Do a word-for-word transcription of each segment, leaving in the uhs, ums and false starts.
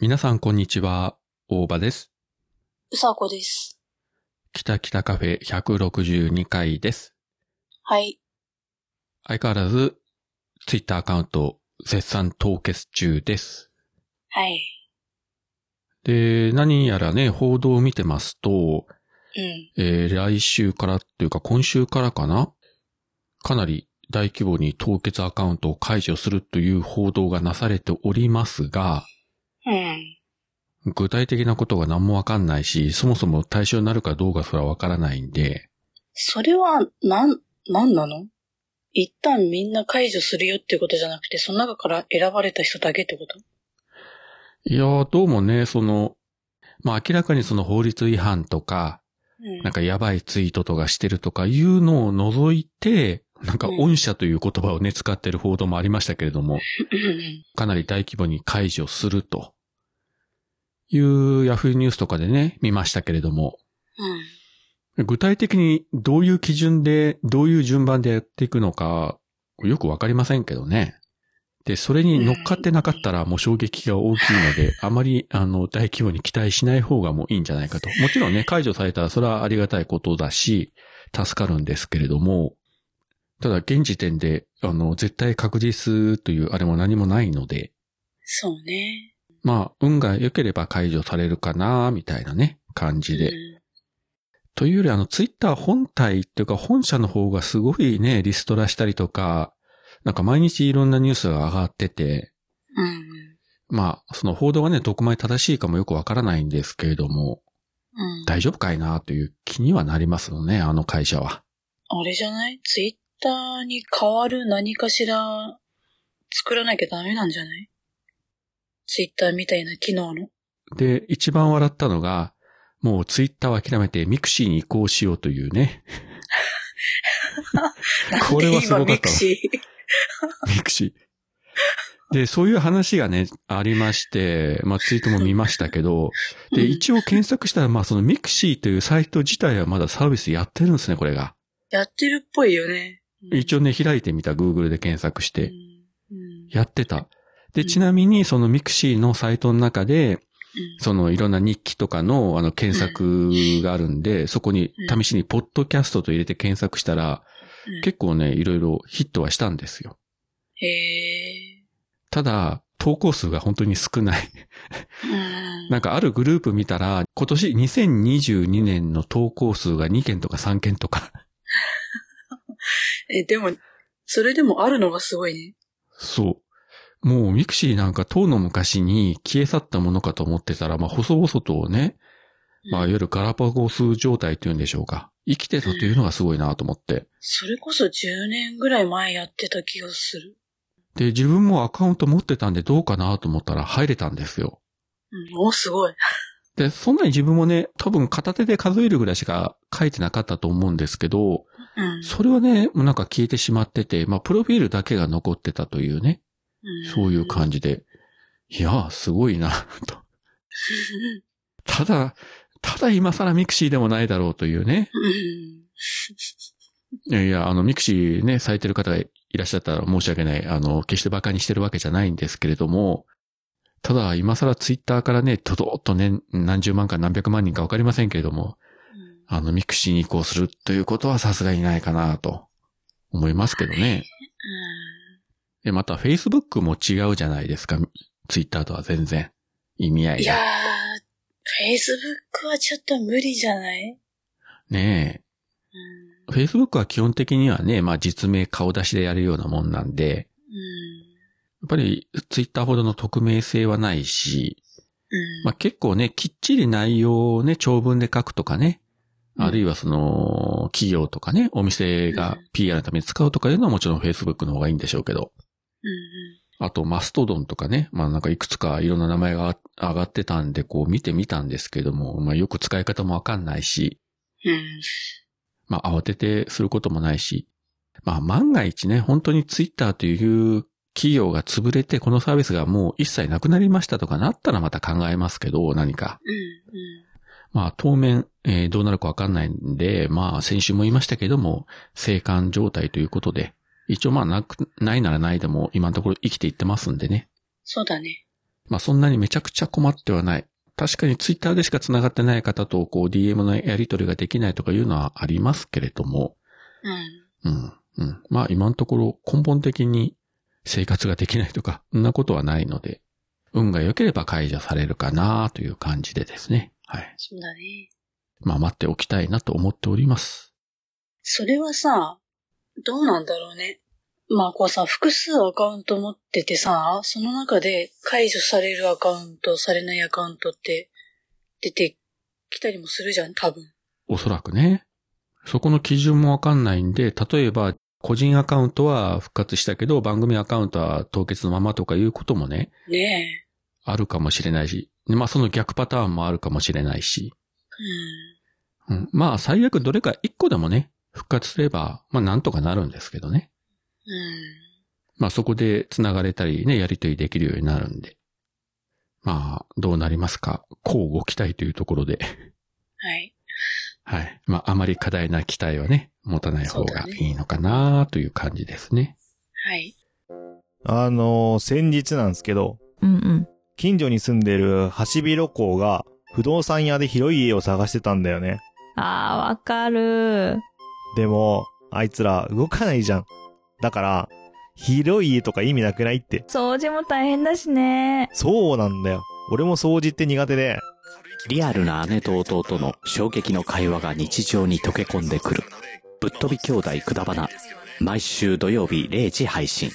皆さんこんにちは、大場です。 うさこです。 北北カフェひゃくろくじゅうにかいです。 はい。 相変わらず、ツイッターアカウント絶賛凍結中です。 はい。 で、何やらね、報道を見てますと、 うん。 えー、来週からっていうか今週からかな？かなり大規模に凍結アカウントを解除するという報道がなされておりますが、 うん。 具体的なことが何もわかんないし、そもそも対象になるかどうかすらわからないんで。 それは、なん、なんなの？一旦みんな解除するよっていうことじゃなくて、その中から選ばれた人だけってこと？ いやー、どうもね、その、まあ明らかにその法律違反とか、 うん、 なんかやばいツイートとかしてるとかいうのを除いて、なんか御社という言葉をね、使ってる報道もありましたけれども、かなり大規模に解除するというヤフーニュースとかでね、見ましたけれども、 うん、 具体的にどういう基準で、どういう順番でやっていくのか、よくわかりませんけどね。で、それに乗っかってなかったらもう衝撃が大きいので、あまり、あの、大規模に期待しない方がもういいんじゃないかと。もちろんね、解除されたらそれはありがたいことだし、助かるんですけれども、ただ現時点で、あの、絶対確実というあれも何もないので、 そうね。 まあ、運が良ければ解除されるかな、みたいなね、感じで。 うん、 というより、あの、ツイッター本体っていうか本社の方がすごいね、リストラしたりとか、なんか毎日いろんなニュースが上がってて、 うん、 まあ、その報道がね、どこまで正しいかもよくわからないんですけれども、 うん。 大丈夫かいなという気にはなりますよね、あの会社は。 あれじゃない？ツイッターに代わる何かしら作らなきゃダメなんじゃない？ツイッターみたいな機能の。 で、一番笑ったのが、もうツイッターを諦めてミクシーに移行しようというね。これはすごかったわ。 ミクシー。 ミクシー。で、そういう話がね、ありまして、まあツイートも見ましたけど、で、一応検索したら、まあそのミクシーというサイト自体はまだサービスやってるんですね、これが。 やってるっぽいよね。 うん、一応ね、開いてみた、Google で検索して。 うんうん、 やってた。で、ちなみにそのミクシーのサイトの中で、 うん、 そのいろんな日記とかのあの検索があるんで、うん、そこに試しにポッドキャストと入れて検索したら、うん、結構ね、いろいろヒットはしたんですよ。 へー。 ただ、投稿数が本当に少ない。なんかあるグループ見たら、今年にせんにじゅうにねんの投稿数がにけんとかさんけんとか。 え、でも、それでもあるのがすごいね。 そう。もうミクシーなんか当の昔に消え去ったものかと思ってたら、まあ細々とね、まあいわゆるガラパゴス状態というんでしょうか。生きてたというのがすごいなと思って、うん。 それこそじゅうねんぐらい前やってた気がする。 で、自分もアカウント持ってたんでどうかなと思ったら入れたんですよ。 うん、お、すごい。 で、そんなに自分もね、多分片手で数えるぐらいしか書いてなかったと思うんですけど、うん、それはね、もうなんか消えてしまってて、まあ、プロフィールだけが残ってたというね、うん、そういう感じで、いや、すごいな、と。ただ、ただ今更ミクシーでもないだろうというね。いやいや、あの、ミクシーね、されてる方がいらっしゃったら申し訳ない。あの、決して馬鹿にしてるわけじゃないんですけれども、ただ、今更ツイッターからね、とどーっとね、何十万か何百万人かわかりませんけれども、うん、あの、ミクシーに移行するということはさすがにないかなと思いますけどね。うん、で、また、Facebook も違うじゃないですか。ツイッターとは全然意味合いが。 いやー、Facebook はちょっと無理じゃない？ ねえ。うん、Facebook は基本的にはね、まあ実名顔出しでやるようなもんなんで、うんやっぱりツイッターほどの匿名性はないし、うん、まあ結構ね、きっちり内容をね、長文で書くとかね、うん、あるいはその、企業とかね、お店が ピーアール のために使うとかいうのはもちろん Facebook の方がいいんでしょうけど、うん、あとマストドンとかね、まあなんかいくつかいろんな名前が上がってたんで、こう見てみたんですけども、まあよく使い方もわかんないし、うん、まあ慌ててすることもないし、まあ万が一ね、本当にツイッターという企業が潰れてこのサービスがもう一切なくなりましたとかなったらまた考えますけど、何か。うんうん、まあ当面、えー、どうなるかわかんないんで、まあ先週も言いましたけども、静観状態ということで、一応まあなく、ないならないでも今のところ生きていってますんでね。 そうだね。 まあそんなにめちゃくちゃ困ってはない。確かにツイッターでしか繋がってない方とこう ディーエム のやり取りができないとかいうのはありますけれども。うん。うん。うん。まあ今のところ根本的に生活ができないとか、そんなことはないので、運が良ければ解除されるかなという感じでですね。はい。 そうだね。 まあ待っておきたいなと思っております。 それはさ、どうなんだろうね。まあこうさ、複数アカウント持っててさ、その中で解除されるアカウント、されないアカウントって出てきたりもするじゃん、多分。 おそらくね。そこの基準もわかんないんで、例えば個人アカウントは復活したけど、番組アカウントは凍結のままとかいうこともね。 ねえ。 あるかもしれないし、まあその逆パターンもあるかもしれないし。うん。うん、まあ最悪どれか一個でもね、復活すれば、まあなんとかなるんですけどね。 うん。 まあそこで繋がれたりね、やり取りできるようになるんで。まあ、どうなりますか。こうご期待というところで。 はい。 はい。まああまり過大な期待はね、持たない方がいいのかなという感じですね。 はい。 あのー、先日なんですけど。 うんうん。 近所に住んでるハシビロコウが不動産屋で広い家を探してたんだよね。 あー、わかる。 でも、あいつら動かないじゃん。だから、広い家とか意味なくないって。 掃除も大変だしね。 そうなんだよ。俺も掃除って苦手で。 リアルな姉と弟の衝撃の会話が日常に溶け込んでくる。ぶっ飛び兄弟くだばな。毎週土曜日れいじ配信。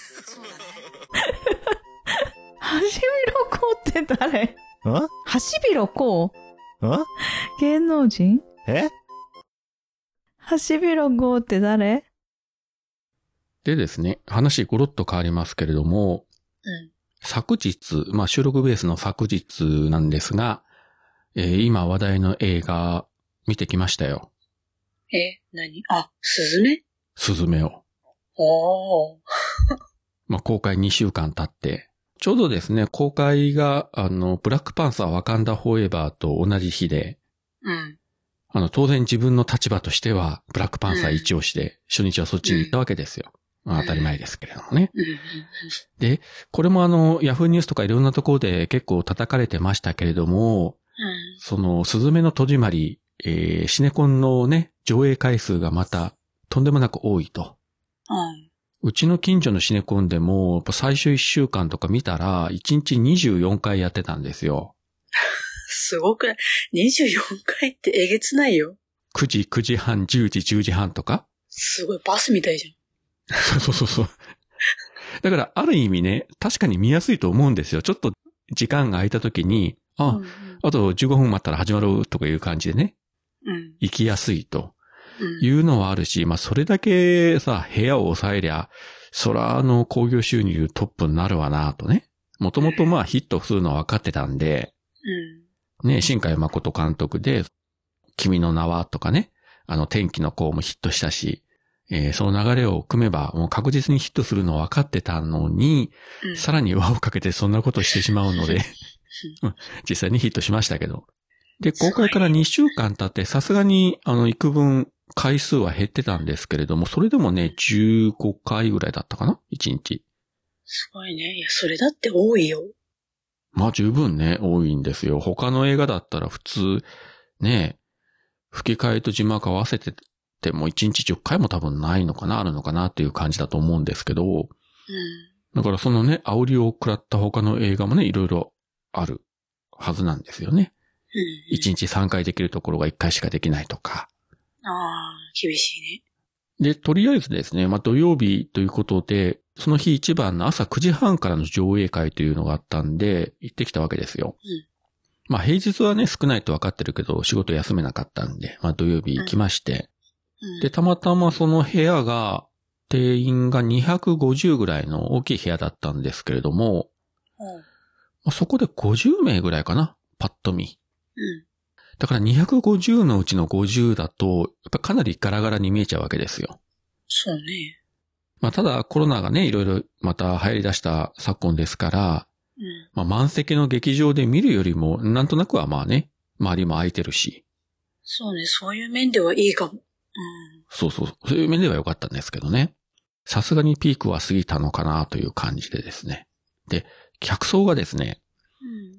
ハシビロコウって誰？ ん？ ハシビロコウ？ ん？ 芸能人？ え？ ハシビロコウって誰？ でですね、話ゴロッと変わりますけれども、 うん、 昨日、まあ収録ベースの昨日なんですが、えー、今話題の映画見てきましたよ。 え、何？あ、スズメ？ スズメを。 おー。 まあ公開にしゅうかん経って、ちょうどですね、公開が、あの、ブラックパンサーワカンダフォーエバーと同じ日で、 うん。 あの、当然自分の立場としては、ブラックパンサー一押しで、初日はそっちに行ったわけですよ。まあ、当たり前ですけれどもね。 うん、 で、これもあの、ヤフーニュースとかいろんなところで結構叩かれてましたけれども、 うん、 その、スズメの戸締まり、えー、シネコンのね、上映回数がまた、とんでもなく多いと。 うん。 うちの近所のシネコンでも、やっぱ最終いっしゅうかんとか見たら、いちにちにじゅうよんかいやってたんですよ。 すごくない？ にじゅうよん 回ってえげつないよ。 くじ、くじはん、じゅうじ、じゅうじはんとか。 すごい、バスみたいじゃん。そうそうそう。だから、ある意味ね、確かに見やすいと思うんですよ。ちょっと時間が空いた時に、あ、うんうん、あとじゅうごふん待ったら始まるとかいう感じでね。うん。行きやすいと。いうのはあるし、まあそれだけさ、部屋を抑えりゃ、そらあの興行収入トップになるわなとね。もともとまあヒットするのは分かってたんで、うん、ね、新海誠監督で、君の名はとかね、あの天気の子もヒットしたし、えー、その流れを組めばもう確実にヒットするのは分かってたのに、うん、さらに輪をかけてそんなことしてしまうので、実際にヒットしましたけど。で、公開からにしゅうかん経ってさすがにあの幾分、回数は減ってたんですけれども、それでもね、じゅうごかいぐらいだったかな？ いち 日。 すごいね。いや、それだって多いよ。 まあ十分ね、多いんですよ。他の映画だったら普通、ね、吹き替えと字幕合わせててもいちにちじゅっかいも多分ないのかな、あるのかなっていう感じだと思うんですけど、うん、だからそのね、煽りを食らった他の映画もね、いろいろあるはずなんですよね。うん、いちにちさんかいできるところがいっかいしかできないとか。 ああ、厳しいね。で、とりあえずですね、まあ土曜日ということで、その日一番の朝くじはんからの上映会というのがあったんで、行ってきたわけですよ。うん、まあ平日はね、少ないと分かってるけど、仕事休めなかったんで、まあ土曜日行きまして、うんうん、で、たまたまその部屋が、定員がにひゃくごじゅうぐらいの大きい部屋だったんですけれども、うんまあ、そこでごじゅうめいぐらいかな、パッと見。うんだからにひゃくごじゅうのうちのごじゅうだと、やっぱかなりガラガラに見えちゃうわけですよ。 そうね。 まあただコロナがね、いろいろまた流行り出した昨今ですから、うん、まあ満席の劇場で見るよりも、なんとなくはまあね、周りも空いてるし。 そうね、そういう面ではいいかも。うん、 そうそう、そういう面では良かったんですけどね。さすがにピークは過ぎたのかなという感じでですね。で、客層がですね、う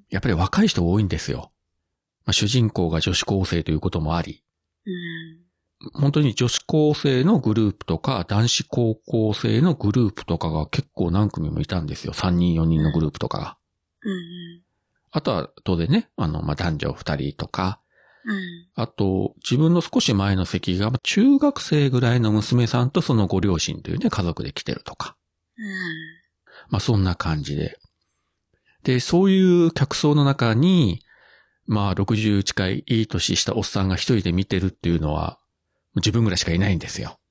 やっぱり若い人多いんですよ。まあ、主人公が女子高生ということもあり、 うん。 本当に女子高生のグループとか男子高校生のグループとかが結構何組もいたんですよ。さんにんよにんのグループとかが。 うん。 あとは当然ね、あの、まあ、男女ふたりとか、 うん。あと自分の少し前の席が中学生ぐらいの娘さんとそのご両親というね、家族で来てるとか。 うん。 まあそんな感じで。で、そういう客層の中に、まあろくじゅう近いいい年したおっさんが一人で見てるっていうのは、自分ぐらいしかいないんですよ。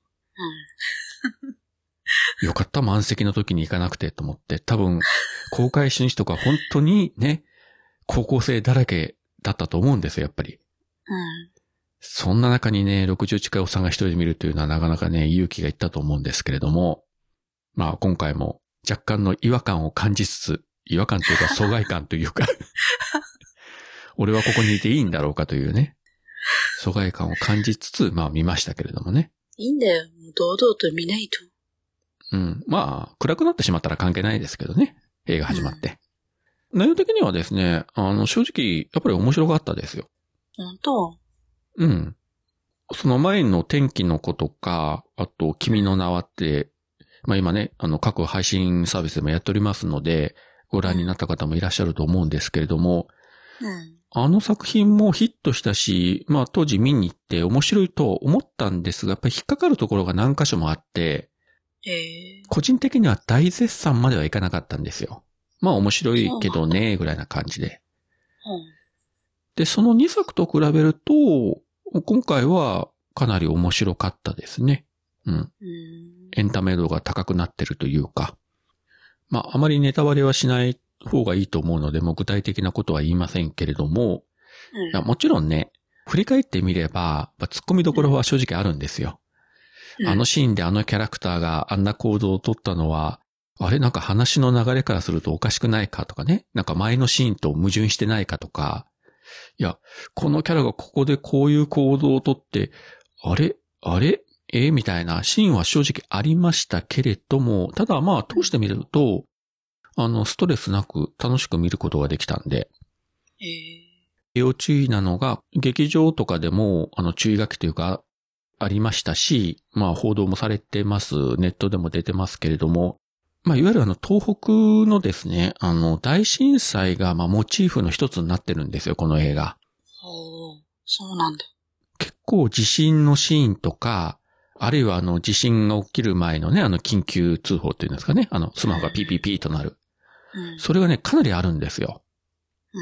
うん。よかった、満席の時に行かなくてと思って、多分、公開初日とか本当にね、高校生だらけだったと思うんですよ、やっぱり。 うん。 そんな中にね、ろくじゅう近いおっさんが一人で見るというのはなかなかね、勇気がいったと思うんですけれども、まあ今回も若干の違和感を感じつつ、違和感というか疎外感というか、俺はここにいていいんだろうかというね、疎外感を感じつつ、まあ見ましたけれどもね。 いいんだよ。もう堂々と見ないと。 うん。まあ、暗くなってしまったら関係ないですけどね。映画始まって。うん、内容的にはですね、あの、正直、やっぱり面白かったですよ。 本当？ うん。その前の天気の子とか、あと、君の名はって、まあ今ね、あの、各配信サービスでもやっておりますので、ご覧になった方もいらっしゃると思うんですけれども、 うん。 あの作品もヒットしたし、まあ当時見に行って面白いと思ったんですが、やっぱり引っかかるところが何箇所もあって、 えー、 個人的には大絶賛まではいかなかったんですよ。まあ面白いけどね、ぐらいな感じで。 うん、 で、そのにさくと比べると、今回はかなり面白かったですね。うん。うん、エンタメ度が高くなってるというか。まああまりネタバレはしない方がいいと思うので、もう具体的なことは言いませんけれども、うん、いやもちろんね、振り返ってみれば、突っ込みどころは正直あるんですよ。うん、あのシーンであのキャラクターがあんな行動を取ったのは、あれなんか話の流れからするとおかしくないかとかね、なんか前のシーンと矛盾してないかとか、いや、このキャラがここでこういう行動をとって、あれあれえー、みたいなシーンは正直ありましたけれども、ただまあ通してみると、あの、ストレスなく楽しく見ることができたんで、 えー、 要注意なのが、劇場とかでも、あの、注意書きというか、ありましたし、まあ報道もされてます、ネットでも出てますけれども、まあいわゆるあの東北のですね、あの大震災がまあモチーフの一つになってるんですよ、この映画。 おー、そうなんだ。 結構地震のシーンとか、あるいはあの地震が起きる前のね、あの緊急通報っていうんですかね、あのスマホがピーピーピーとなる。うん、それがね、かなりあるんですよ。 うん、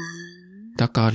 だから、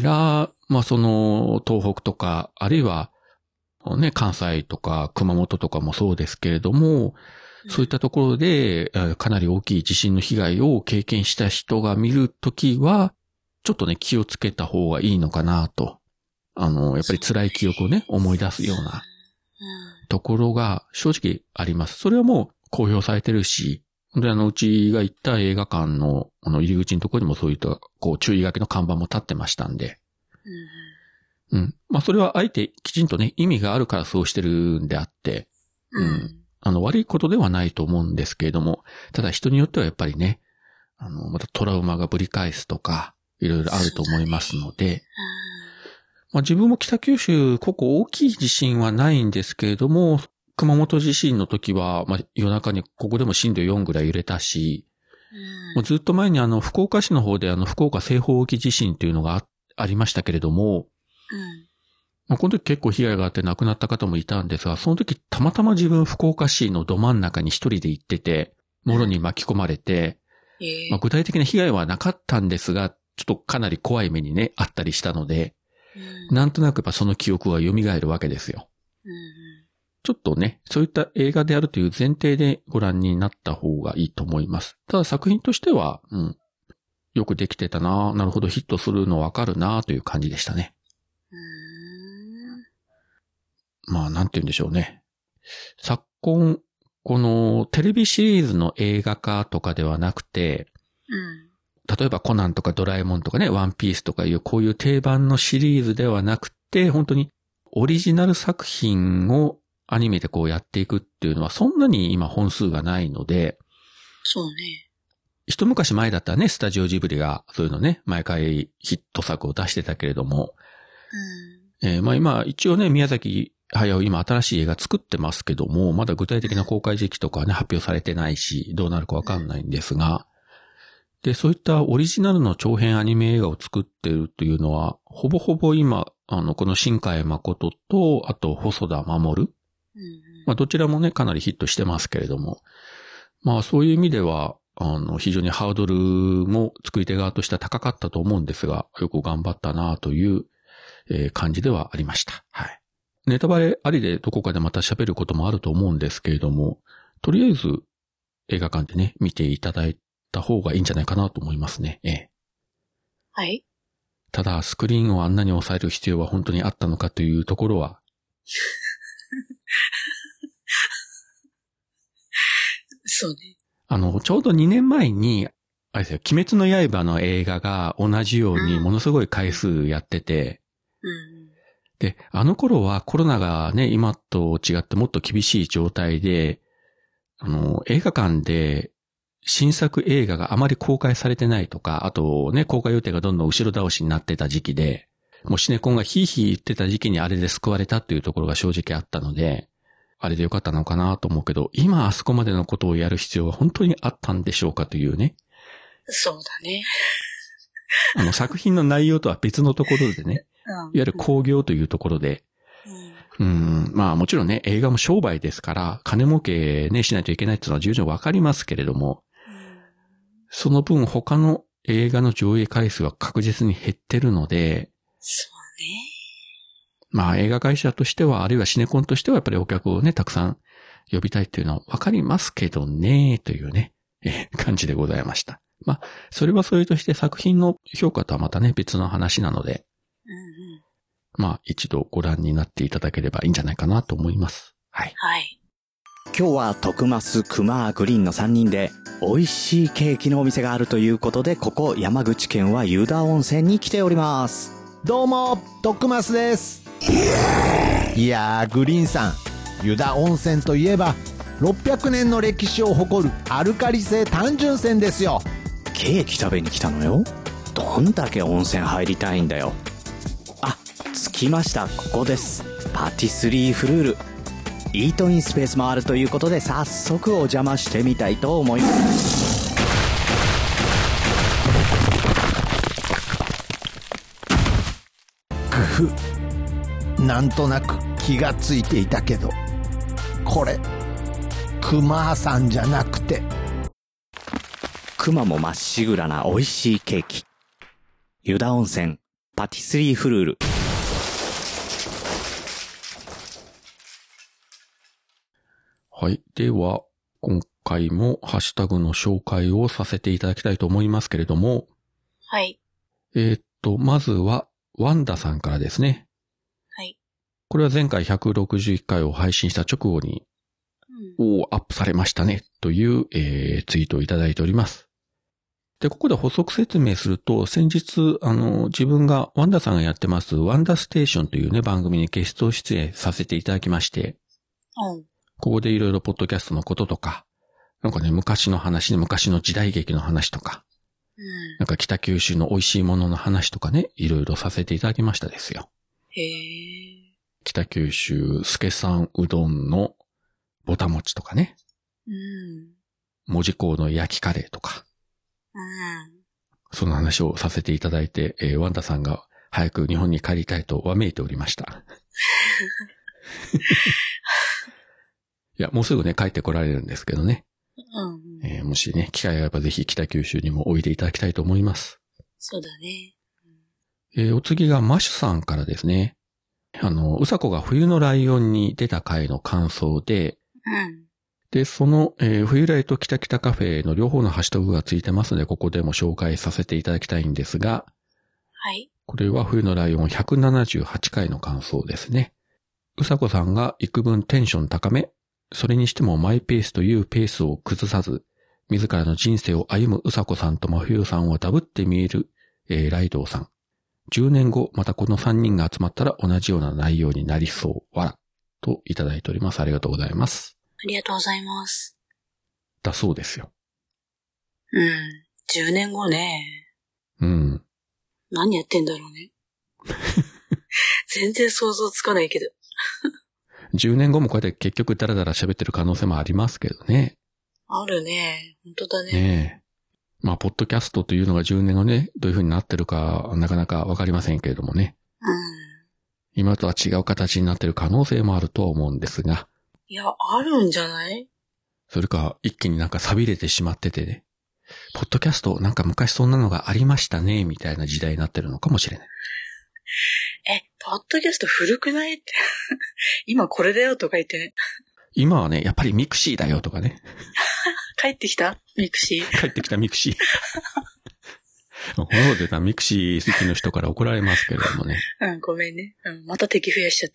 まあその東北とか、あるいはね、関西とか熊本とかもそうですけれども、そういったところでかなり大きい地震の被害を経験した人が見るときは、ちょっとね、気をつけた方がいいのかなと。あの、やっぱり辛い記憶をね、思い出すようなところが正直あります。それはもう公表されてるし、で、あの、うちが行った映画館のあの入り口のところにもそういったこう注意書きの看板も立ってましたんで、うん。まあ、それはあえてきちんとね、意味があるからそうしてるんであって、うん。うん、あの、悪いことではないと思うんですけれども、ただ人によってはやっぱりね、あの、またトラウマがぶり返すとか、いろいろあると思いますので、ね、まあ、自分も北九州、ここ大きい地震はないんですけれども、熊本地震の時は、まあ、夜中にここでも震度よんぐらい揺れたし、うん、もうずっと前にあの、福岡市の方であの、福岡西方沖地震というのが あ, ありましたけれども、 うんまあ、この時結構被害があって亡くなった方もいたんですが、その時たまたま自分福岡市のど真ん中に一人で行ってて、もろに巻き込まれて、 えーまあ、具体的な被害はなかったんですが、ちょっとかなり怖い目にね、あったりしたので、うん、なんとなくやっぱその記憶は蘇るわけですよ。 うん、 ちょっとね、そういった映画であるという前提でご覧になった方がいいと思います。ただ作品としては、うん、よくできてたな、なるほどヒットするのわかるなという感じでしたね。まあ、なんて言うんでしょうね。昨今、このテレビシリーズの映画化とかではなくて、 うん、 例えばコナンとかドラえもんとかね、ワンピースとかいうこういう定番のシリーズではなくて、本当にオリジナル作品をアニメでこうやっていくっていうのはそんなに今本数がないので、 そうね。 一昔前だったらね、スタジオジブリがそういうのね、毎回ヒット作を出してたけれども、うん、えー、まあ今、一応ね、宮崎駿今新しい映画作ってますけども、まだ具体的な公開時期とかはね、発表されてないし、どうなるかわかんないんですが、で、そういったオリジナルの長編アニメ映画を作ってるというのは、ほぼほぼ今、あの、この新海誠と、あと細田守、うん、まあどちらもね、かなりヒットしてますけれども、まあそういう意味では、あの、非常にハードルも作り手側としては高かったと思うんですが、よく頑張ったなという、えー、感じではありました。はい。ネタバレありでどこかでまた喋ることもあると思うんですけれども、とりあえず映画館でね、見ていただいた方がいいんじゃないかなと思いますね。ええ。 はい。 ただ、スクリーンをあんなに抑える必要は本当にあったのかというところは。 そうね。 あの、ちょうどにねんまえに、あれですよ、鬼滅の刃の映画が同じようにものすごい回数やってて、うん、で、あの頃はコロナがね、今と違ってもっと厳しい状態で、あの、映画館で新作映画があまり公開されてないとか、あとね、公開予定がどんどん後ろ倒しになってた時期で、もうシネコンがヒーヒー言ってた時期にあれで救われたっていうところが正直あったので、あれでよかったのかなと思うけど、今あそこまでのことをやる必要が本当にあったんでしょうかというね。 そうだね。 あの作品の内容とは別のところでね、うん、いわゆる興行というところで、うん、うんまあもちろんね、映画も商売ですから、金儲けね、しないといけないっていうのは重々わかりますけれども、うん、その分他の映画の上映回数は確実に減ってるので、 そうね。 まあ映画会社としては、あるいはシネコンとしてはやっぱりお客をね、たくさん呼びたいっていうのはわかりますけどね、というね、えー、感じでございました。まあ、それはそれとして作品の評価とはまたね、別の話なので、うんうん、まあ一度ご覧になっていただければいいんじゃないかなと思います。はい。 はい。 今日は徳増、熊、グリーンのさんにんで美味しいケーキのお店があるということで、ここ山口県は湯田温泉に来ております。 どうも、徳増です。いやー、グリーンさん、湯田温泉といえばろっぴゃくねんの歴史を誇るアルカリ性単純泉ですよ。 ケーキ食べに来たのよ。どんだけ温泉入りたいんだよ。あ、着きました。ここです。パティスリーフルール。イートインスペースもあるということで、早速お邪魔してみたいと思います。 ふふ、なんとなく気がついていたけど、これ熊さんじゃなくて、 熊もまっしぐらな美味しいケーキ。湯田温泉パティスリーフルール。 はい。では、今回もハッシュタグの紹介をさせていただきたいと思いますけれども。 はい。 えー、っと、まずは、ワンダさんからですね。 はい。 これは前回ひゃくろくじゅういっかいを配信した直後に、うん、おー、アップされましたね、という、えー、ツイートをいただいております。で、ここで補足説明すると、先日、あの、自分が、ワンダさんがやってます、ワンダステーションというね、番組にゲスト出演させていただきまして、 うん、 ここでいろいろポッドキャストのこととか、なんかね、昔の話、昔の時代劇の話とか、うん、なんか北九州の美味しいものの話とかね、いろいろさせていただきましたですよ。 へー。 北九州、助さんうどんのぼたもちとかね、 うん、 門司港の焼きカレーとか、 うん、 その話をさせていただいて、えー、ワンダさんが早く日本に帰りたいとわめいておりました。いや、もうすぐね、帰ってこられるんですけどね。 うんえー、もしね、機会があればぜひ北九州にもおいでいただきたいと思います。 そうだね。 えー、お次がマシュさんからですね。あの、うさこが冬のライオンに出た回の感想で、 うん、 で、その、えー、冬来と北北カフェの両方のハッシュタグがついてますので、ここでも紹介させていただきたいんですが、 はい。 これは冬のライオンひゃくななじゅうはちかいの感想ですね。うさこさんが幾分テンション高め、それにしてもマイペースというペースを崩さず、自らの人生を歩むうさこさんと真冬さんをダブって見える、えー、ライドウさん。じゅうねんご、またこのさんにんが集まったら同じような内容になりそう。わら。といただいております。ありがとうございます。 ありがとうございます。 だそうですよ。 うん。じゅうねんごね。 うん。 何やってんだろうね。全然想像つかないけど。 じゅうねんごもこうやって結局ダラダラ喋ってる可能性もありますけどね。 あるね。本当だね。 ねえ。まあ、ポッドキャストというのがじゅうねんごね、どういう風になってるか、なかなかわかりませんけれどもね。 うん。 今とは違う形になってる可能性もあるとは思うんですが。 いや、あるんじゃない？ それか、一気になんか錆びれてしまっててね。ポッドキャスト、なんか昔そんなのがありましたね、みたいな時代になってるのかもしれない。 え、ポッドキャスト古くないって。今これだよとか言ってね。 今はね、やっぱりミクシーだよとかね。 帰ってきたミクシー。 帰ってきたミクシー。このこと言ったらミクシー好きの人から怒られますけれどもね。 うん、ごめんね。うん、また敵増やしちゃった。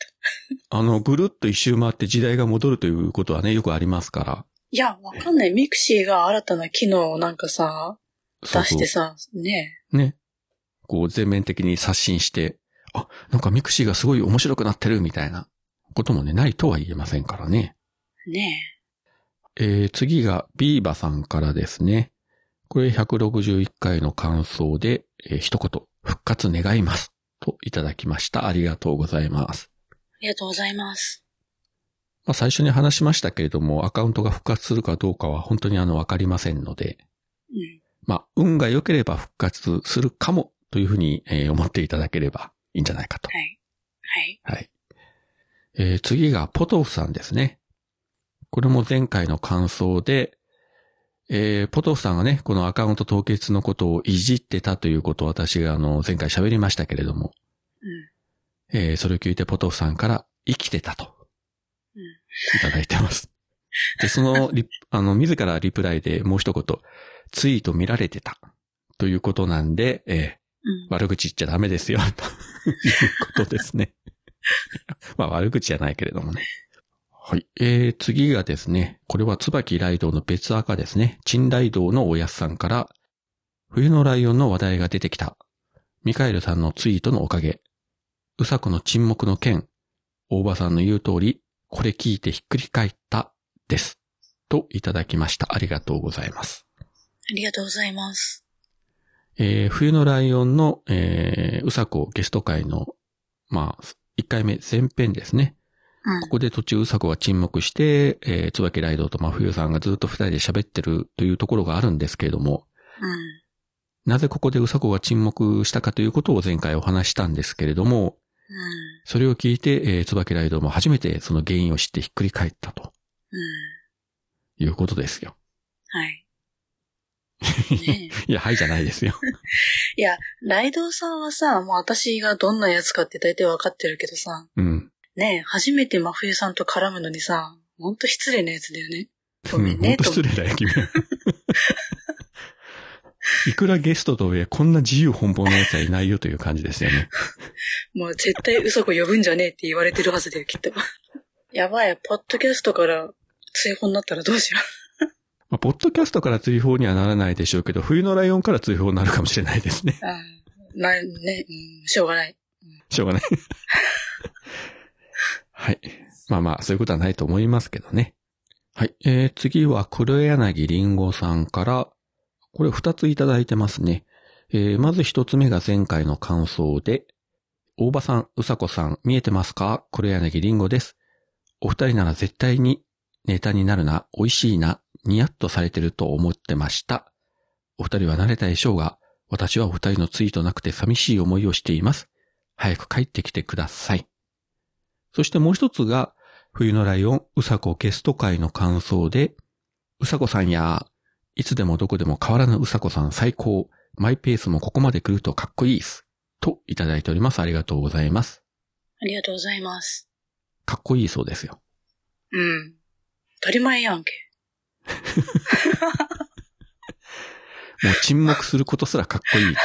あの、ぐるっと一周回って時代が戻るということはね、よくありますから。 いや、わかんない。ミクシーが新たな機能をなんかさ、出してさ、そうそうね。 ね。こう全面的に刷新して、あ、なんかミクシーがすごい面白くなってるみたいなこともね、ないとは言えませんからね。 ねえ。えー、次がビーバさんからですね。これひゃくろくじゅういっかいの感想で、えー、一言、復活願います。といただきました。ありがとうございます。 ありがとうございます。 まあ、最初に話しましたけれども、アカウントが復活するかどうかは本当にあの、わかりませんので、 うん、 まあ、運が良ければ復活するかもというふうに、えー、思っていただければいいんじゃないかと。 はい。はい。 はい。えー、次がポトフさんですね。これも前回の感想で、えー、ポトフさんがね、このアカウント凍結のことをいじってたということを私があの、前回喋りましたけれども、 うん、 えー、それを聞いてポトフさんから生きてたと、 うん、 いただいてます。で、そのリ、あの、自らリプライでもう一言、ツイート見られてたということなんで、えーうん、悪口言っちゃダメですよ、ということですね。まあ悪口じゃないけれどもね。はい。えー、次がですね、これは椿ライドウの別赤ですね。チンライドウのおやすさんから、冬のライオンの話題が出てきた。ミカエルさんのツイートのおかげ。うさこの沈黙の件。大場さんの言う通り、これ聞いてひっくり返ったです。といただきました。ありがとうございます。 ありがとうございます。 えー、冬のライオンの、えー、うさこゲスト会の、まあ、いっかいめ前編ですね。うん、ここで途中うさこが沈黙して、えー、椿ライドウと真冬さんがずっと二人で喋ってるというところがあるんですけれども、 うん、 なぜここでうさこが沈黙したかということを前回お話したんですけれども、 うん、 それを聞いて、えー、椿ライドウも初めてその原因を知ってひっくり返ったと、うん、いうことですよ。 はい。 ね、いや、はいじゃないですよ。 いや、ライドウさんはさ、もう私がどんなやつかって大体わかってるけどさ、 うん。 ねえ、初めて真冬さんと絡むのにさ、ほんと失礼なやつだよね。ごめんね。 ほんと失礼だよ、君は。いくらゲストとはいえ、こんな自由奔放なやつはいないよという感じですよね。 もう絶対嘘子呼ぶんじゃねえって言われてるはずだよ、きっと。やばい、ポッドキャストから追放になったらどうしよう。 まあ、ポッドキャストから追放にはならないでしょうけど、冬のライオンから追放になるかもしれないですね。 ああ、まあね、うん、しょうがない。 うん、しょうがない。はい。まあまあ、そういうことはないと思いますけどね。はい。えー、次は黒柳りんごさんから、これ二ついただいてますね。えー、まず一つ目が前回の感想で、大場さん、うさこさん、見えてますか？黒柳りんごです。お二人なら絶対にネタになるな、美味しいな、ニヤッとされてると思ってました。お二人は慣れたでしょうが、私はお二人のツイートなくて寂しい思いをしています。早く帰ってきてください。そしてもう一つが、冬のライオン、うさこゲスト会の感想で、うさこさんや、いつでもどこでも変わらぬうさこさん最高、マイペースもここまで来るとかっこいいです。といただいております。ありがとうございます。 ありがとうございます。 かっこいいそうですよ。 うん。当たり前やんけ。 もう沈黙することすらかっこいいと。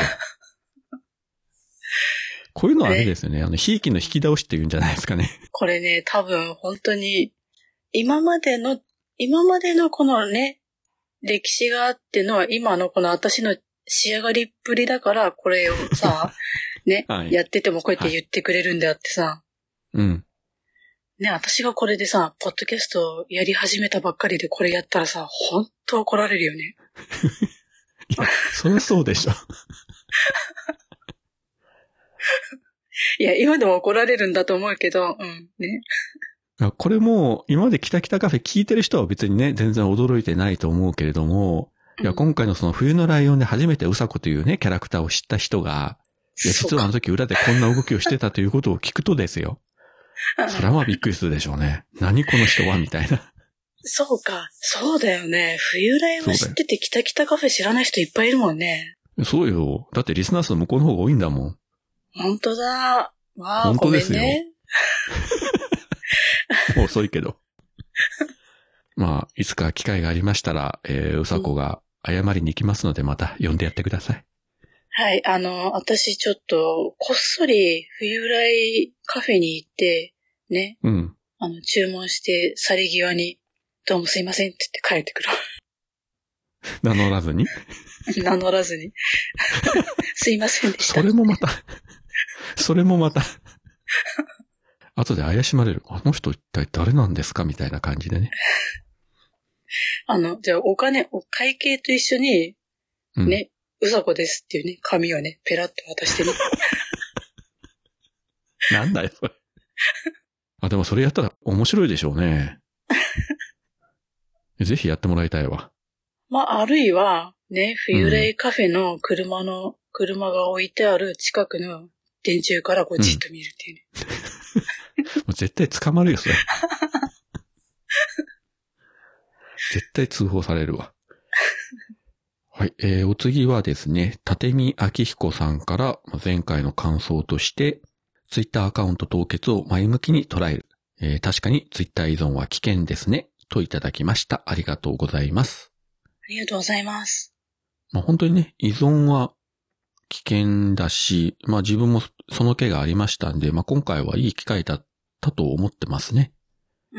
こういうのはあれですよね。あの、ひいきの引き倒しって言うんじゃないですかね。 これね、多分本当に、今までの、今までのこのね、歴史があっての、今のこの私の仕上がりっぷりだから、これをさ、ね、はい、やっててもこうやって言ってくれるんであってさ。はい、 うん。 ね、私がこれでさ、ポッドキャストやり始めたばっかりでこれやったらさ、ほんと怒られるよね。 いや、そりゃそうでしょ。 いや、今でも怒られるんだと思うけど、うん、ね。 これも、今までキタキタカフェ聞いてる人は別にね、全然驚いてないと思うけれども、いや、今回のその冬のライオンで初めてうさこというね、キャラクターを知った人が、いや、実はあの時裏でこんな動きをしてたということを聞くとですよ。それはまあびっくりするでしょうね。何この人はみたいな。 そうか。そうだよね。冬ライオン知っててキタキタカフェ知らない人いっぱいいるもんね。 そうよ。だってリスナー数向こうの方が多いんだもん。 本当だ。わあ、 本当ですよ。 ごめんね。 もう遅いけど。まあ、いつか機会がありましたら、えー、うさこが謝りに行きますので、また呼んでやってください。 はい、あの、私ちょっと、こっそり冬来カフェに行って、ね。 うん。 あの、注文して、去り際に、どうもすいませんって言って帰ってくる。 名乗らずに名乗らずに。すいませんでした。 それもまた、それもまた、後で怪しまれる。あの人一体誰なんですかみたいな感じでね。 あの、じゃあお金、お会計と一緒に、ね、うん、うさこですっていうね、紙をね、ペラッと渡してね。 なんだよ、それ。あ、でもそれやったら面白いでしょうね。ぜひやってもらいたいわ。 まあ、あるいは、ね、冬来カフェの車の、うん、車が置いてある近くの電柱からこうじっと見るっていうね。 うん、もう絶対捕まるよ、それ。絶対通報されるわ。はい、えー、お次はですね、立見明彦さんから前回の感想として、ツイッターアカウント凍結を前向きに捉える。えー、確かにツイッター依存は危険ですね。といただきました。ありがとうございます。 ありがとうございます。 まあ本当にね、依存は危険だし、まあ自分もその気がありましたんで、まあ今回はいい機会だったと思ってますね。 うん。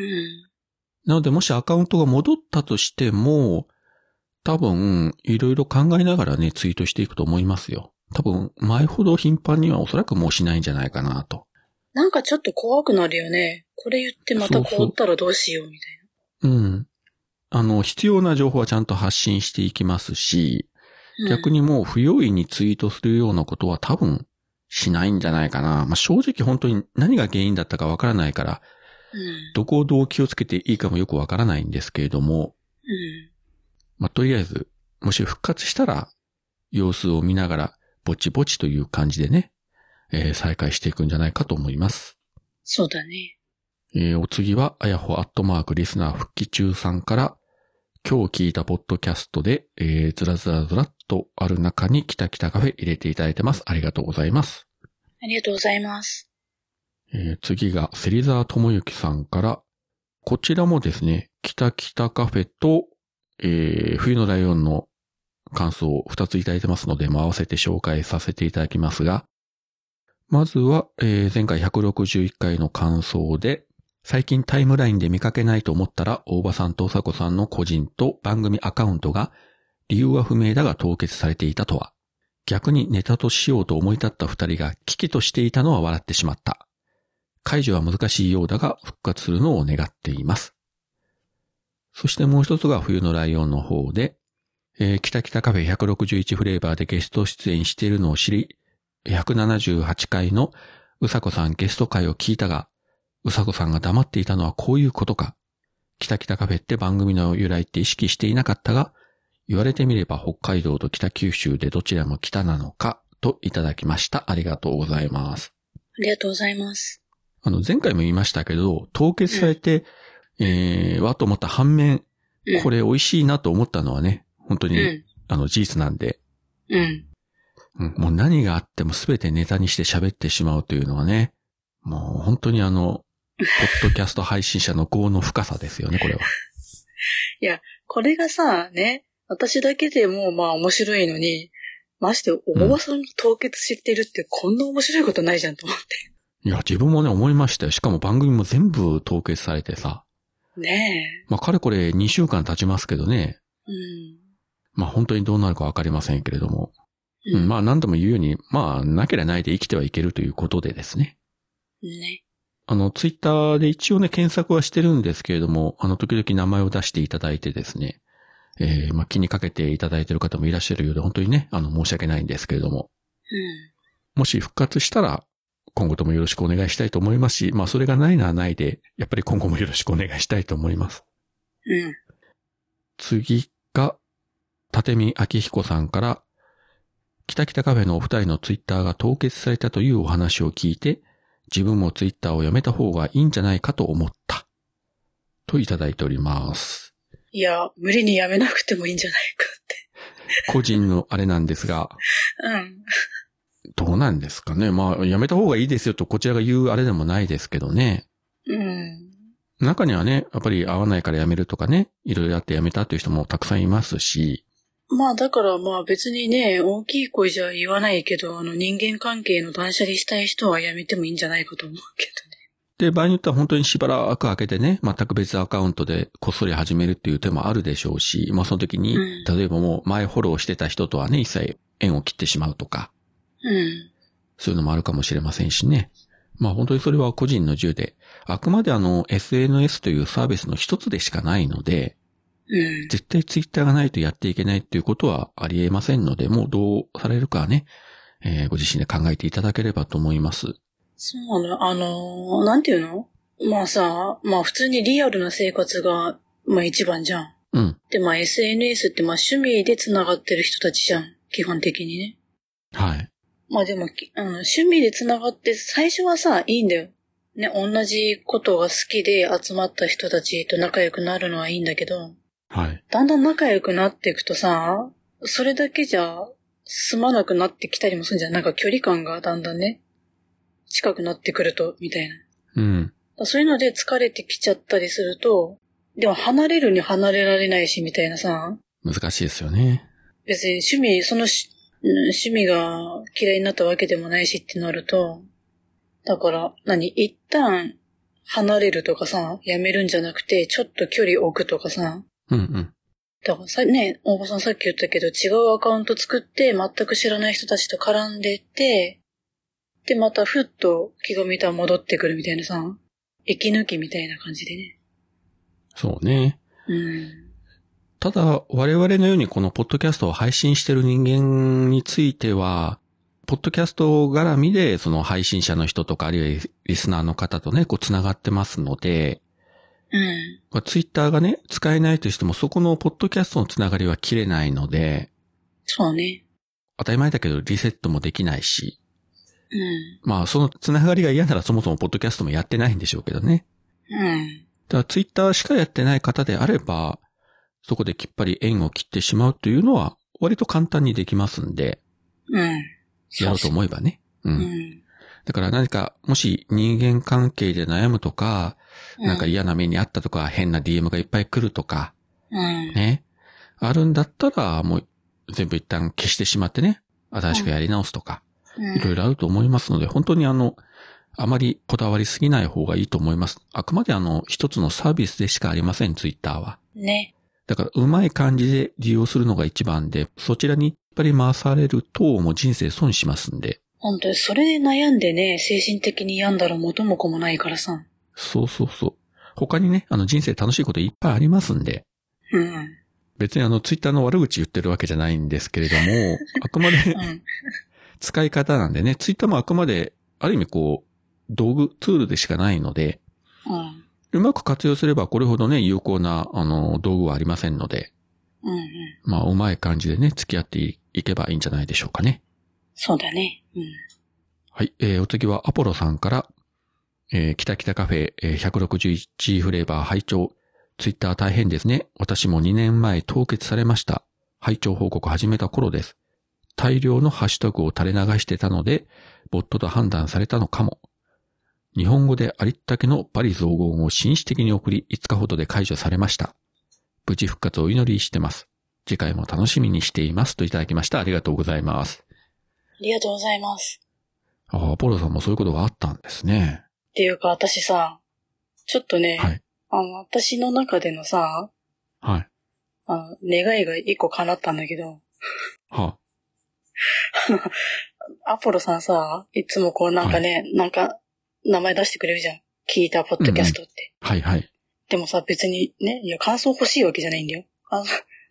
なのでもしアカウントが戻ったとしても、多分いろいろ考えながらね、ツイートしていくと思いますよ。多分前ほど頻繁にはおそらくもうしないんじゃないかなと。 なんかちょっと怖くなるよね。これ言ってまた凍ったらどうしようみたいな。 うん。あの、必要な情報はちゃんと発信していきますし、うん、逆にもう不用意にツイートするようなことは多分しないんじゃないかな。まあ、正直本当に何が原因だったかわからないから、うん、どこをどう気をつけていいかもよくわからないんですけれども、うん、まあ、とりあえず、もし復活したら、様子を見ながら、ぼちぼちという感じでね、えー、再開していくんじゃないかと思います。 そうだね。 えー、お次は、あやほアットマークリスナー復帰中さんから、今日聞いたポッドキャストで、えー、ずらずらずらっとある中にキタキタカフェ入れていただいてます。ありがとうございます。 ありがとうございます。 えー、次が、芹沢智之さんから、こちらもですね、キタキタカフェと、えー、冬のライオンの感想をふたついただいてますので、まあ、合わせて紹介させていただきますが、まずは、えー、前回ひゃくろくじゅういっかいの感想で、最近タイムラインで見かけないと思ったら、大場さんとうさこさんの個人と番組アカウントが、理由は不明だが凍結されていたとは、逆にネタとしようと思い立った二人が危機としていたのは笑ってしまった。解除は難しいようだが復活するのを願っています。そしてもう一つが冬のライオンの方で、えー、キタキタカフェひゃくろくじゅういちフレーバーでゲスト出演しているのを知り、ひゃくななじゅうはちかいのうさこさんゲスト会を聞いたが、うさこさんが黙っていたのはこういうことか。キタキタカフェって番組の由来って意識していなかったが、言われてみれば北海道と北九州でどちらも北なのか、といただきました。ありがとうございます。 ありがとうございます。 あの、前回も言いましたけど、凍結されて、うん、えー、わと思った反面、うん、これ美味しいなと思ったのはね、本当に、うん、あの、事実なんで、 うん。 うん、もう何があっても全てネタにして喋ってしまうというのはね、もう本当にあの、ポッドキャスト配信者の業の深さですよね、これは。 いや、これがさ、ね、私だけでもまあ面白いのに、まして大場さんが凍結してるってこんな面白いことないじゃんと思って。 いや、自分もね、思いましたよ。しかも番組も全部凍結されてさ。 ねえ。 まあ、かれこれにしゅうかん経ちますけどね。 うん。 まあ、本当にどうなるかわかりませんけれども。うん、まあ、何度も言うように、まあ、なければないで生きてはいけるということでですね。 ね。 あの、ツイッターで一応ね、検索はしてるんですけれども、あの、時々名前を出していただいてですね。 えー、まあ、気にかけていただいている方もいらっしゃるようで、本当にね、あの、申し訳ないんですけれども。 うん。 もし復活したら、今後ともよろしくお願いしたいと思いますし、まあ、それがないならないで、やっぱり今後もよろしくお願いしたいと思います。 うん。 次が、立見明彦さんから、北北カフェのお二人のツイッターが凍結されたというお話を聞いて、自分もツイッターをやめた方がいいんじゃないかと思った。といただいております。 いや、無理にやめなくてもいいんじゃないかって。 個人のあれなんですが。 うん。 どうなんですかね。まあ、やめた方がいいですよとこちらが言うあれでもないですけどね。 うん。 中にはね、やっぱり合わないからやめるとかね、いろいろあってやめたという人もたくさんいますし。 まあだからまあ別にね、大きい声じゃ言わないけど、あの人間関係の断捨離したい人はやめてもいいんじゃないかと思うけどね。 で、場合によっては本当にしばらく空けてね、全く別アカウントでこっそり始めるっていう手もあるでしょうし、まあその時に、うん、例えばもう前フォローしてた人とはね、一切縁を切ってしまうとか。 うん。 そういうのもあるかもしれませんしね。まあ本当にそれは個人の自由で、あくまであの エスエヌエス というサービスの一つでしかないので、 うん、 絶対ツイッターがないとやっていけないっていうことはありえませんので、もうどうされるかはね、えー、ご自身で考えていただければと思います。 そうなの、あのー、なんていうの？まあさ、まあ普通にリアルな生活が、まあ一番じゃん。 うん。 で、まあ エスエヌエス ってまあ趣味で繋がってる人たちじゃん。基本的にね。 はい。 まあでも、あの趣味で繋がって最初はさ、いいんだよ。ね、同じことが好きで集まった人たちと仲良くなるのはいいんだけど、 はい。 だんだん仲良くなっていくとさ、それだけじゃ済まなくなってきたりもするんじゃん。なんか距離感がだんだんね、近くなってくると、みたいな。 うん。 そういうので疲れてきちゃったりすると、でも離れるに離れられないし、みたいなさ。 難しいですよね。 別に趣味、そのし趣味が嫌いになったわけでもないしってなると、だから、何一旦離れるとかさ、やめるんじゃなくて、ちょっと距離置くとかさ。 うんうん。 だからさ、ね、大場さんさっき言ったけど、違うアカウント作って、全く知らない人たちと絡んでって、で、またふっと気が向いたら戻ってくるみたいなさ、息抜きみたいな感じでね。 そうね。 うん。 ただ、我々のようにこのポッドキャストを配信している人間については、ポッドキャスト絡みで、その配信者の人とか、あるいはリスナーの方とね、こう繋がってますので、 うん。 まあ、ツイッターがね、使えないとしても、そこのポッドキャストのつながりは切れないので、 そうね。 当たり前だけどリセットもできないし、 うん。 まあ、そのつながりが嫌ならそもそもポッドキャストもやってないんでしょうけどね。 うん。 だからツイッターしかやってない方であれば、そこできっぱり縁を切ってしまうというのは、割と簡単にできますんで、 うん。 やろうと思えばね。う。 うんん。 だから何か、もし人間関係で悩むとか、なんか嫌な目にあったとか、変な ディーエム がいっぱい来るとか、 うん。 ね。あるんだったら、もう全部一旦消してしまってね、新しくやり直すとか、 うん、 いろいろあると思いますので、本当にあの、あまりこだわりすぎない方がいいと思います。あくまであの、一つのサービスでしかありません、ツイッターは。 ね。 だから、うまい感じで利用するのが一番で、そちらにやっぱり回されると、もう人生損しますんで。 本当に、それで悩んでね、精神的に病んだら元も子もないからさ。 そうそうそう。他にね、あの人生楽しいこといっぱいありますんで。 うん。別にあの、ツイッターの悪口言ってるわけじゃないんですけれども、あくまで、うん、使い方なんでね、ツイッターもあくまで、ある意味こう、道具、ツールでしかないので、 うん、 うまく活用すればこれほどね、有効な、あの、道具はありませんので、 うんうん、 まあ、うまい感じでね、付き合っていけばいいんじゃないでしょうかね。 そうだね。うん。 はい、えー、お次はアポロさんから、えー、北北カフェ、えー、ひゃくろくじゅういちフレーバー拝聴。ツイッター大変ですね。私もにねんまえ凍結されました。拝聴報告始めた頃です。大量のハッシュタグを垂れ流してたので、ボットと判断されたのかも。日本語でありったけの罵詈雑言を紳士的に送り、いつかほどで解除されました。無事復活をお祈りしてます。次回も楽しみにしています。といただきました。ありがとうございます。 ありがとうございます。 ああ、アポロさんもそういうことがあったんですね。 っていうか、私さ、ちょっとね、 はい、あの、私の中でのさ、 はい。 あの、願いが一個叶ったんだけど、 はあ、アポロさんさ、いつもこうなんかね、はい、なんか、名前出してくれるじゃん。聞いたポッドキャストって。 うんうん、はいはい。 でもさ、別にね、いや、感想欲しいわけじゃないんだよ。感想、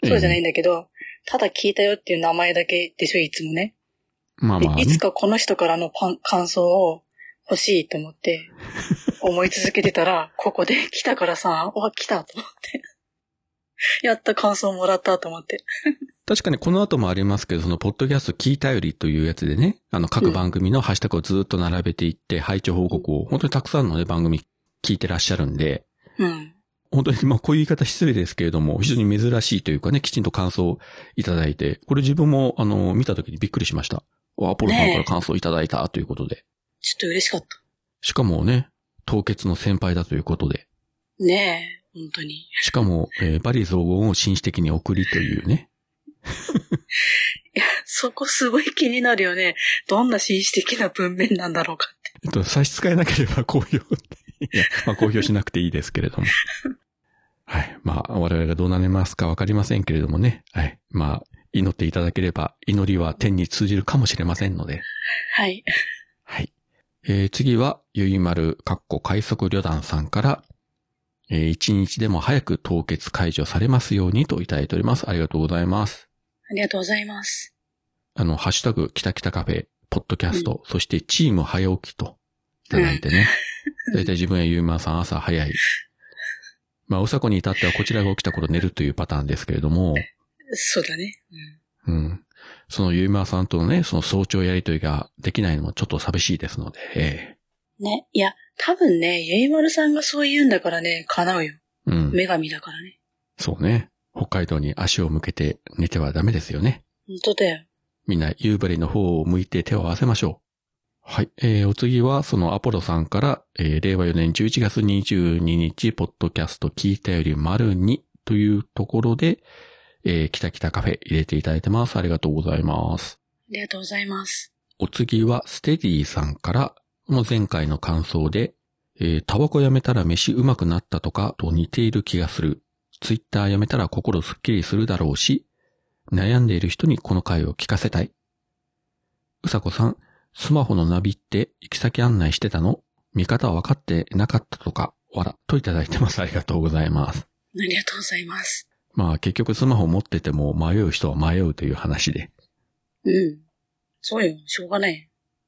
そうじゃないんだけど、えー、ただ聞いたよっていう名前だけでしょ、いつもね。 まあまあ、ね。 いつかこの人からのパン感想を欲しいと思って、思い続けてたら、ここで来たからさ、わ、来たと思って。やった感想もらったと思って。 確かにこの後もありますけど、そのポッドキャスト聞いたよりというやつでね、あの各番組のハッシュタグをずっと並べていって、うん、配置報告を本当にたくさんのね、番組聞いてらっしゃるんで、 うん、 本当にまあこういう言い方失礼ですけれども、非常に珍しいというかね、きちんと感想をいただいて、これ自分もあの、見た時にびっくりしました。アポロさんから感想いただいたということで。ね、 ちょっと嬉しかった。 しかもね、凍結の先輩だということで。 ねえ。本当に。 しかも、えー、バリ雑言を紳士的に送りというね。 いや、そこすごい気になるよね。どんな紳士的な文面なんだろうかって。 えっと、差し支えなければ公表。いや、まあ公表しなくていいですけれども。はい。まあ、我々がどうなりますかわかりませんけれどもね。はい。まあ、祈っていただければ、祈りは天に通じるかもしれませんので。 はい。 はい。えー、次は、ゆいまる、かっこ快速旅団さんから、えー、一日でも早く凍結解除されますようにといただいております。ありがとうございます。 ありがとうございます。あの、ハッシュタグ、きたきたカフェ、ポッドキャスト、うん、そしてチーム早起きといただいてね。だいたい自分やゆいまさん朝早い。まあ、うさこに至ってはこちらが起きた頃寝るというパターンですけれども。 そうだね。 うん。うん。そのゆいまさんとのね、その早朝やりとりができないのもちょっと寂しいですので。えー、ね。いや、多分ね、ゆいまるさんがそう言うんだからね、叶うよ。 うん。 女神だからね。 そうね。北海道に足を向けて寝てはダメですよね。 本当だよ。 みんな夕張の方を向いて手を合わせましょう。はい。えー、お次はそのアポロさんから、えー、れいわよねんじゅういちがつにじゅうににち、ポッドキャスト聞いたより丸にというところで、えー、きたきたカフェ入れていただいてます。ありがとうございます。 ありがとうございます。 お次はステディさんから、の前回の感想で、えー、タバコやめたら飯うまくなったとかと似ている気がする。ツイッターやめたら心すっきりするだろうし、悩んでいる人にこの回を聞かせたい。うさこさん、スマホのナビって行き先案内してたの？見方は分かってなかったとか、わら、といただいてます。ありがとうございます。 ありがとうございます。 まあ結局スマホ持ってても迷う人は迷うという話で。 うん。そうよ。しょうがない。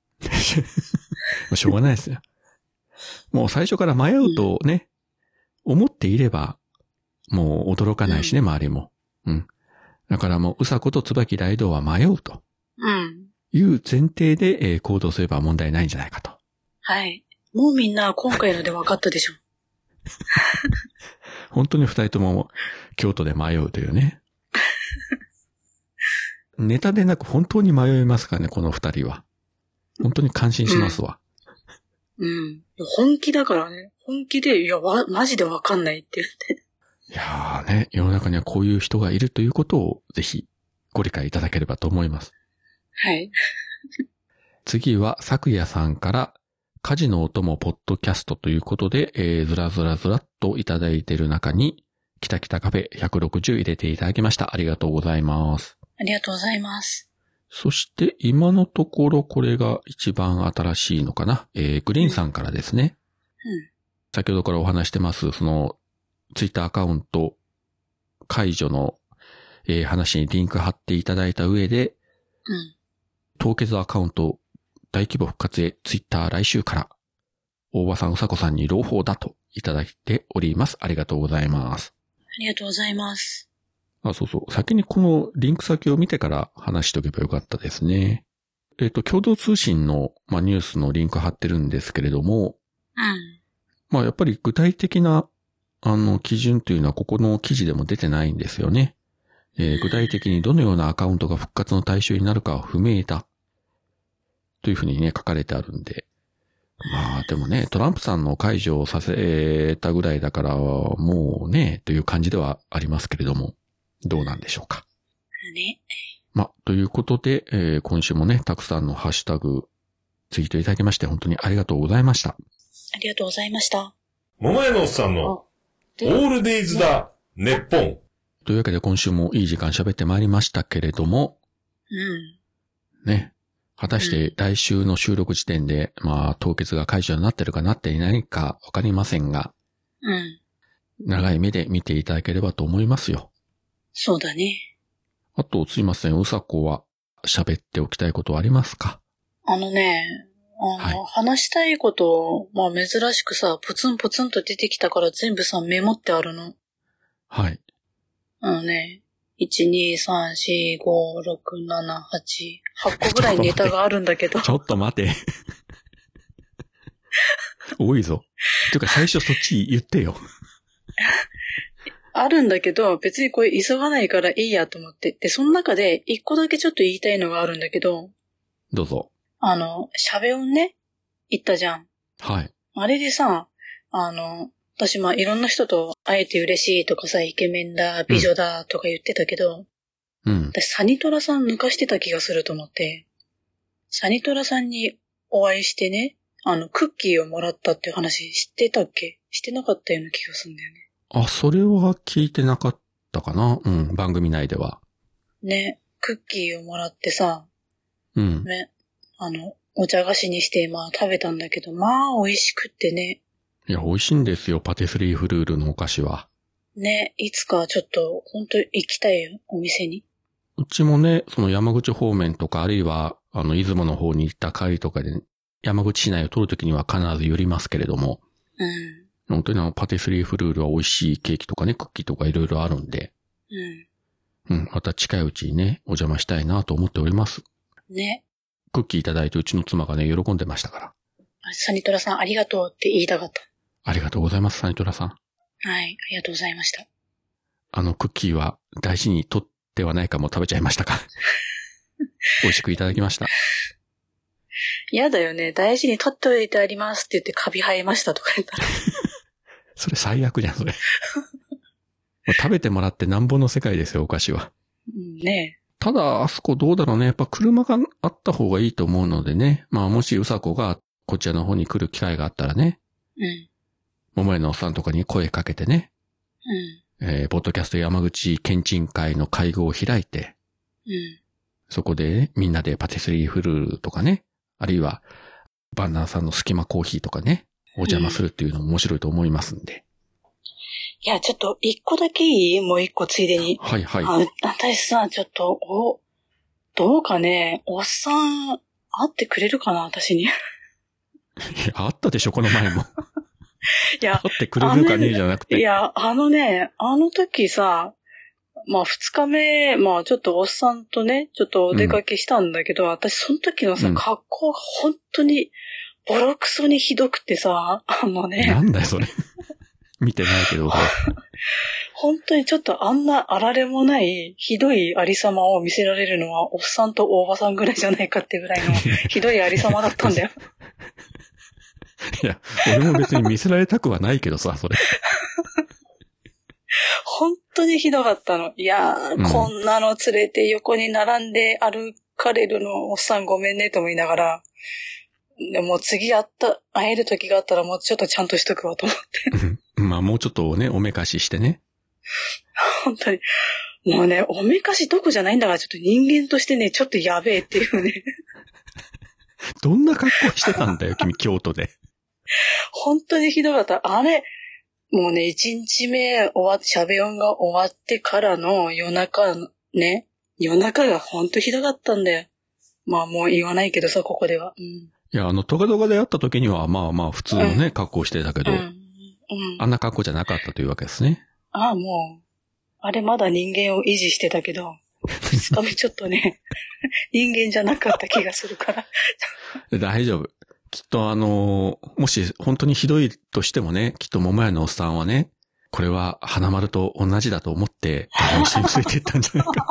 しょうがないですよ。もう最初から迷うとね、うん、思っていれば、もう驚かないしね、うん、周りも。うん。だからもう、うさことつばきライドは迷うと。 うん。 いう前提で、えー、行動すれば問題ないんじゃないかと。 はい。もうみんな今回ので分かったでしょ。 本当に二人とも京都で迷うというね。ネタでなく本当に迷いますかね、この二人は。本当に感心しますわ。 うん。うん、本気だからね。本気で、いや、わ、マジで分かんないって言って。 いやーね、世の中にはこういう人がいるということをぜひご理解いただければと思います。 はい。 次は、昨夜さんから、家事のお供ポッドキャストということで、えー、ずらずらずらっといただいている中に、きたきたカフェひゃくろくじゅう入れていただきました。ありがとうございます。 ありがとうございます。 そして、今のところこれが一番新しいのかな。えー、グリーンさんからですね。 うん。うん、 先ほどからお話してます、その、ツイッターアカウント解除の、えー、話にリンク貼っていただいた上で、 うん。 凍結アカウント大規模復活へツイッター来週から、大場さんうさこさんに朗報だといただいております。ありがとうございます。 ありがとうございます。 あ、そうそう。先にこのリンク先を見てから話しておけばよかったですね。えっと、共同通信の、まあ、ニュースのリンク貼ってるんですけれども、 うん。 まあ、やっぱり具体的な、あの、基準というのはここの記事でも出てないんですよね。えー、具体的にどのようなアカウントが復活の対象になるかは不明だ。というふうにね、書かれてあるんで。まあ、でもね、トランプさんの解除をさせたぐらいだから、もうね、という感じではありますけれども、どうなんでしょうか。 ね。 まあ、ということで、えー、今週もね、たくさんのハッシュタグ、ツイートいただきまして、本当にありがとうございました。 ありがとうございました。 桃屋のおっさんの、オールデイズだ、ネッポン。 というわけで今週もいい時間喋ってまいりましたけれども、 うん。 ね。果たして来週の収録時点で、うん、まあ、凍結が解除になってるかなっていないかわかりませんが、 うん。 長い目で見ていただければと思いますよ。 そうだね。 あと、すいません、うさこは喋っておきたいことはありますか？ あのね、あの、はい、話したいことを、まあ珍しくさ、ポツンポツンと出てきたから全部さ、メモってあるの。 はい。 あのね、いち、に、さん、し、ご、ろく、なな、はち、はちこぐらいネタがあるんだけど。 ちょっと待て。多いぞ。ていうか最初そっち言ってよ。 あるんだけど、別にこれ急がないからいいやと思って。で、その中で一個だけちょっと言いたいのがあるんだけど。 どうぞ。 あの、しゃべ音ね、言ったじゃん。 はい。 あれでさ、あの、私まあいろんな人と会えて嬉しいとかさ、イケメンだ、美女だとか言ってたけど、 うん。 私サニトラさん抜かしてた気がすると思って、サニトラさんにお会いしてね、あの、クッキーをもらったっていう話知ってたっけ？してなかったような気がするんだよね。 あ、それは聞いてなかったかな？うん、番組内では。 ね、クッキーをもらってさ、 うん。 ね、あの、お茶菓子にして、まあ食べたんだけど、まあ美味しくってね。 いや、美味しいんですよ、パティスリーフルールのお菓子は。 ね、いつかちょっと、本当行きたいよ、お店に。 うちもね、その山口方面とか、あるいは、あの、出雲の方に行った帰りとかで、山口市内を通るときには必ず寄りますけれども。 うん。 本当にあの、パティスリーフルールは美味しいケーキとかね、クッキーとかいろいろあるんで。 うん。 うん、また近いうちにね、お邪魔したいなと思っております。 ね。 クッキーいただいてうちの妻がね、喜んでましたから。 サニトラさんありがとうって言いたかった。 ありがとうございます、サニトラさん。 はい、ありがとうございました。 あの、クッキーは大事に取ってはないかも食べちゃいましたか？美味しくいただきました。 嫌だよね。大事に取っておいてありますって言ってカビ生えましたとか言ったら。 それ最悪じゃん、それ。食べてもらってなんぼの世界ですよ、お菓子は。 うんね。 ただ、あそこどうだろうね。やっぱ車があった方がいいと思うのでね。まあ、もしうさこがこちらの方に来る機会があったらね。 うん。 桃屋のおっさんとかに声かけてね。 うん。 えー、ポッドキャスト山口県鎮会の会合を開いて。 うん。 そこで、ね、みんなでパティスリーフルールとかね。あるいは、バンナーさんの隙間コーヒーとかね。お邪魔するっていうのも面白いと思いますんで。うん、 いや、ちょっと一個だけいい？もう一個ついでに。 はいはい。 あ、私さ、ちょっと、お、どうかね、おっさん、会ってくれるかな、私に。いや、 あったでしょ、この前も。 いや、 会ってくれるかねじゃなくて。 いや、あのね、あの時さ、まあ二日目、まあちょっとおっさんとね、ちょっとお出かけしたんだけど、うん、私その時のさ、格好が本当にボロクソにひどくてさ、あのね。 なんだよ、それ。見てないけど。 本当にちょっとあんなあられもないひどいありさまを見せられるのはおっさんと大場さんぐらいじゃないかってぐらいのひどいありさまだったんだよ。 いや、俺も別に見せられたくはないけどさ、それ。 本当にひどかったの。いやー、うん、こんなの連れて横に並んで歩かれるのおっさんごめんねと思いながら、でも次会った、会える時があったらもうちょっとちゃんとしとくわと思って。 まあもうちょっとね、おめかししてね。 本当に。もうね、おめかしどこじゃないんだから、ちょっと人間としてね、ちょっとやべえっていうね。 どんな格好してたんだよ、君、京都で。 本当にひどかった。あれ、もうね、一日目終わって、喋音が終わってからの夜中、ね、夜中が本当ひどかったんだよ。まあもう言わないけどさ、ここでは。うん、 いや、あの、トガトガで会った時には、まあまあ普通のね、うん、格好してたけど、うんうん、あんな格好じゃなかったというわけですね。 ああ、もう、あれまだ人間を維持してたけど、二日目ちょっとね、人間じゃなかった気がするから。 大丈夫。きっとあの、もし本当にひどいとしてもね、きっと桃屋のおっさんはね、これは花丸と同じだと思って、一緒についていったんじゃないか。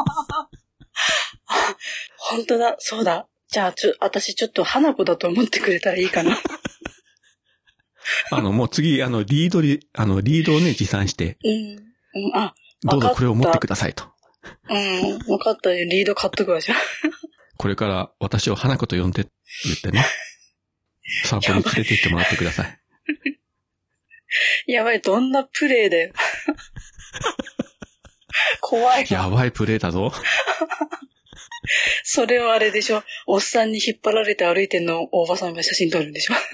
本当だ、そうだ。じゃあ、ちょ、私ちょっと花子だと思ってくれたらいいかな。 あの、もう次、あの、リードリ、あの、リードをね、持参して。 うん。うん、あ、 どうぞこれを持ってくださいと。 うん、分かったよ。リード買っとくわ、じゃあ。 これから私を花子と呼んでって言ってね。散歩に連れて行ってもらってください。 やばい、どんなプレイだよ。怖い。 やばいプレイだぞ。 それはあれでしょ。おっさんに引っ張られて歩いてんのおばさんが写真撮るんでしょ。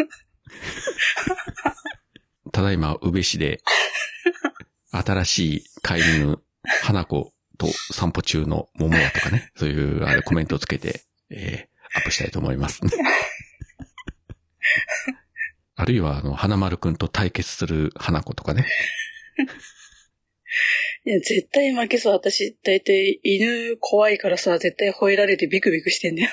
ただいま、宇部市で、新しい飼い犬、花子と散歩中の桃屋とかね、そういうあれコメントをつけて、えー、アップしたいと思いますね。あるいは、あの、花丸くんと対決する花子とかね。 いや、絶対負けそう。私、だいたい犬怖いからさ、絶対吠えられてビクビクしてんだよ。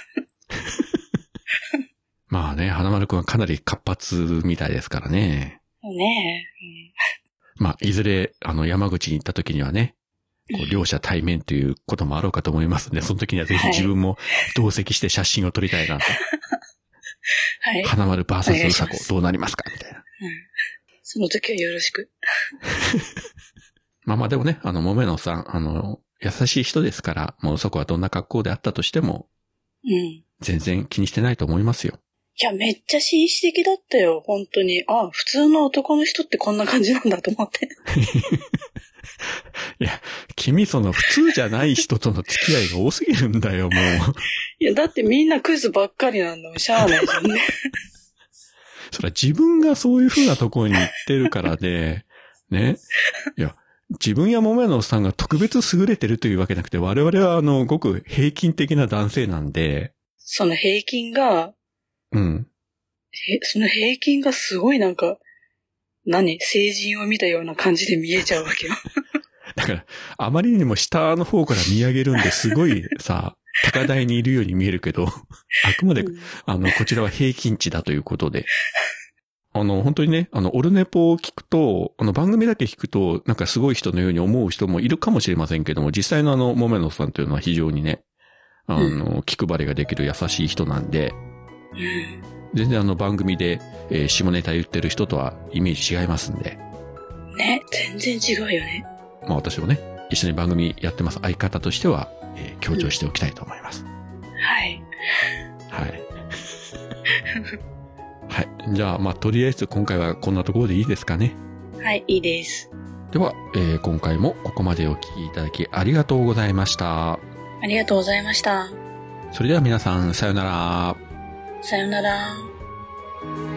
まあね、花丸くんはかなり活発みたいですからね。 ねえ。うん、まあ、いずれ、あの、山口に行った時にはね、こう両者対面ということもあろうかと思いますので、その時にはぜひ自分も同席して写真を撮りたいなと。はい。花丸 ブイエス うさこどうなりますかみたいな。うん。 その時はよろしく。 まあまあでもね、あの、もめのさん、あの、優しい人ですから、もううさこはどんな格好であったとしても、うん。全然気にしてないと思いますよ。 いや、めっちゃ紳士的だったよ、本当に。あ、普通の男の人ってこんな感じなんだと思って。 いや、君その普通じゃない人との付き合いが多すぎるんだよ、もう。 いや、だってみんなクズばっかりなんだもん、しゃあないじゃんね。 それは自分がそういう風なところに行ってるからで、ね。いや、自分や桃屋のおっさんが特別優れてるというわけじゃなくて、我々はあの、ごく平均的な男性なんで。 その平均が、 うん。 へ、その平均がすごいなんか、何成人を見たような感じで見えちゃうわけよ。 だから、あまりにも下の方から見上げるんですごいさ、高台にいるように見えるけど、あくまで、うん、あの、こちらは平均値だということで。あの、本当にね、あの、オルネポを聞くと、あの、番組だけ聞くと、なんかすごい人のように思う人もいるかもしれませんけども、実際のあの、もめのさんというのは非常にね、あの、うん、気配りができる優しい人なんで、うん、全然あの番組で、えー、下ネタ言ってる人とはイメージ違いますんで。 ね、全然違うよね。 まあ私もね、一緒に番組やってます相方としては、えー、強調しておきたいと思います。うん、 はい。 はい。はい。じゃあ、まあとりあえず今回はこんなところでいいですかね。 はい、いいです。 では、えー、今回もここまでお聞きいただきありがとうございました。 ありがとうございました。 それでは皆さん、さよなら。 さよなら。